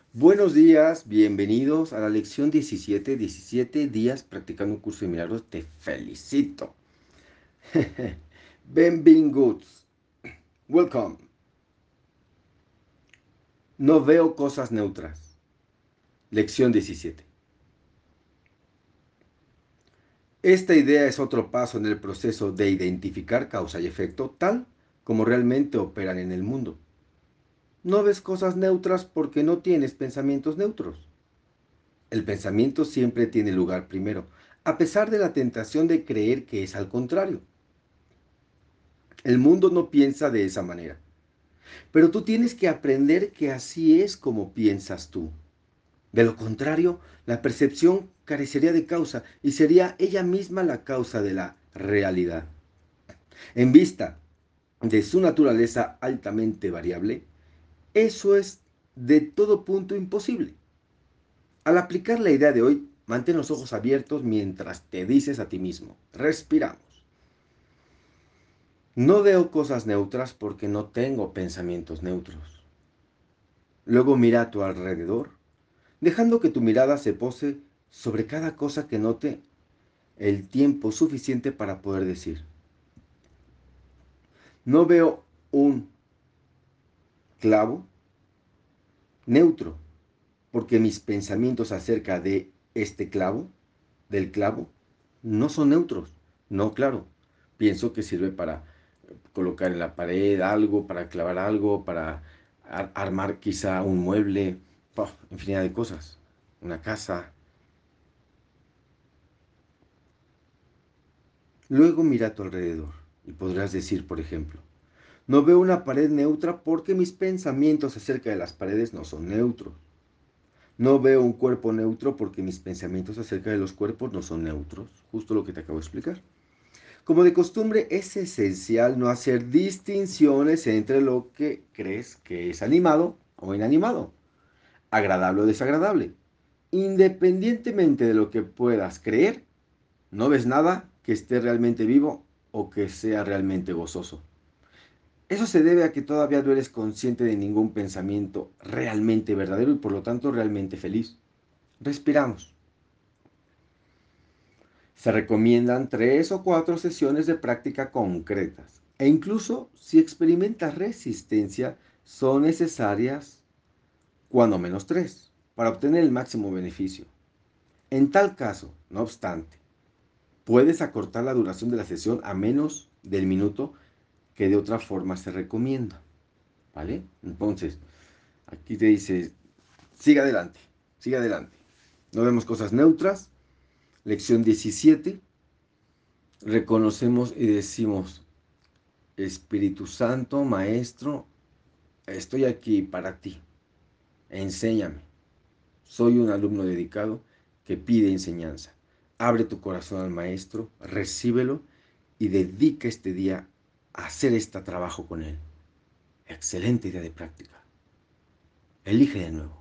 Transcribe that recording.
Buenos días, bienvenidos a la lección 17 días practicando un curso de milagros. Te felicito. Benvinguts. Welcome. No veo cosas neutras. Lección 17. Esta idea es otro paso en el proceso de identificar causa y efecto tal como realmente operan en el mundo. No ves cosas neutras porque no tienes pensamientos neutros. El pensamiento siempre tiene lugar primero, a pesar de la tentación de creer que es al contrario. El mundo no piensa de esa manera, pero tú tienes que aprender que así es como piensas tú. De lo contrario, la percepción carecería de causa y sería ella misma la causa de la realidad. En vista de su naturaleza altamente variable, eso es de todo punto imposible. Al aplicar la idea de hoy, mantén los ojos abiertos mientras te dices a ti mismo, respiramos. No veo cosas neutras porque no tengo pensamientos neutros. Luego mira a tu alrededor, dejando que tu mirada se pose sobre cada cosa que note el tiempo suficiente para poder decir, no veo un clavo neutro, porque mis pensamientos acerca de este clavo, del clavo, no son neutros. No, claro, pienso que sirve para colocar en la pared algo, para clavar algo, para armar quizá un mueble, infinidad de cosas, una casa. Luego mira a tu alrededor y podrás decir, por ejemplo, no veo una pared neutra porque mis pensamientos acerca de las paredes no son neutros. No veo un cuerpo neutro porque mis pensamientos acerca de los cuerpos no son neutros. Justo lo que te acabo de explicar. Como de costumbre, es esencial no hacer distinciones entre lo que crees que es animado o inanimado, agradable o desagradable. Independientemente de lo que puedas creer, no ves nada que esté realmente vivo o que sea realmente gozoso. Eso se debe a que todavía no eres consciente de ningún pensamiento realmente verdadero y por lo tanto realmente feliz. Respiramos. Se recomiendan 3 o 4 sesiones de práctica concretas e incluso si experimentas resistencia son necesarias cuando menos 3 para obtener el máximo beneficio. En tal caso, no obstante, puedes acortar la duración de la sesión a menos del minuto que de otra forma se recomienda. ¿Vale? Entonces, aquí te dice, sigue adelante, sigue adelante. No vemos cosas neutras. Lección 17. Reconocemos y decimos, Espíritu Santo, Maestro, estoy aquí para ti. Enséñame. Soy un alumno dedicado que pide enseñanza. Abre tu corazón al Maestro, recíbelo y dedica este día a hacer este trabajo con él. Excelente idea de práctica. Elige de nuevo.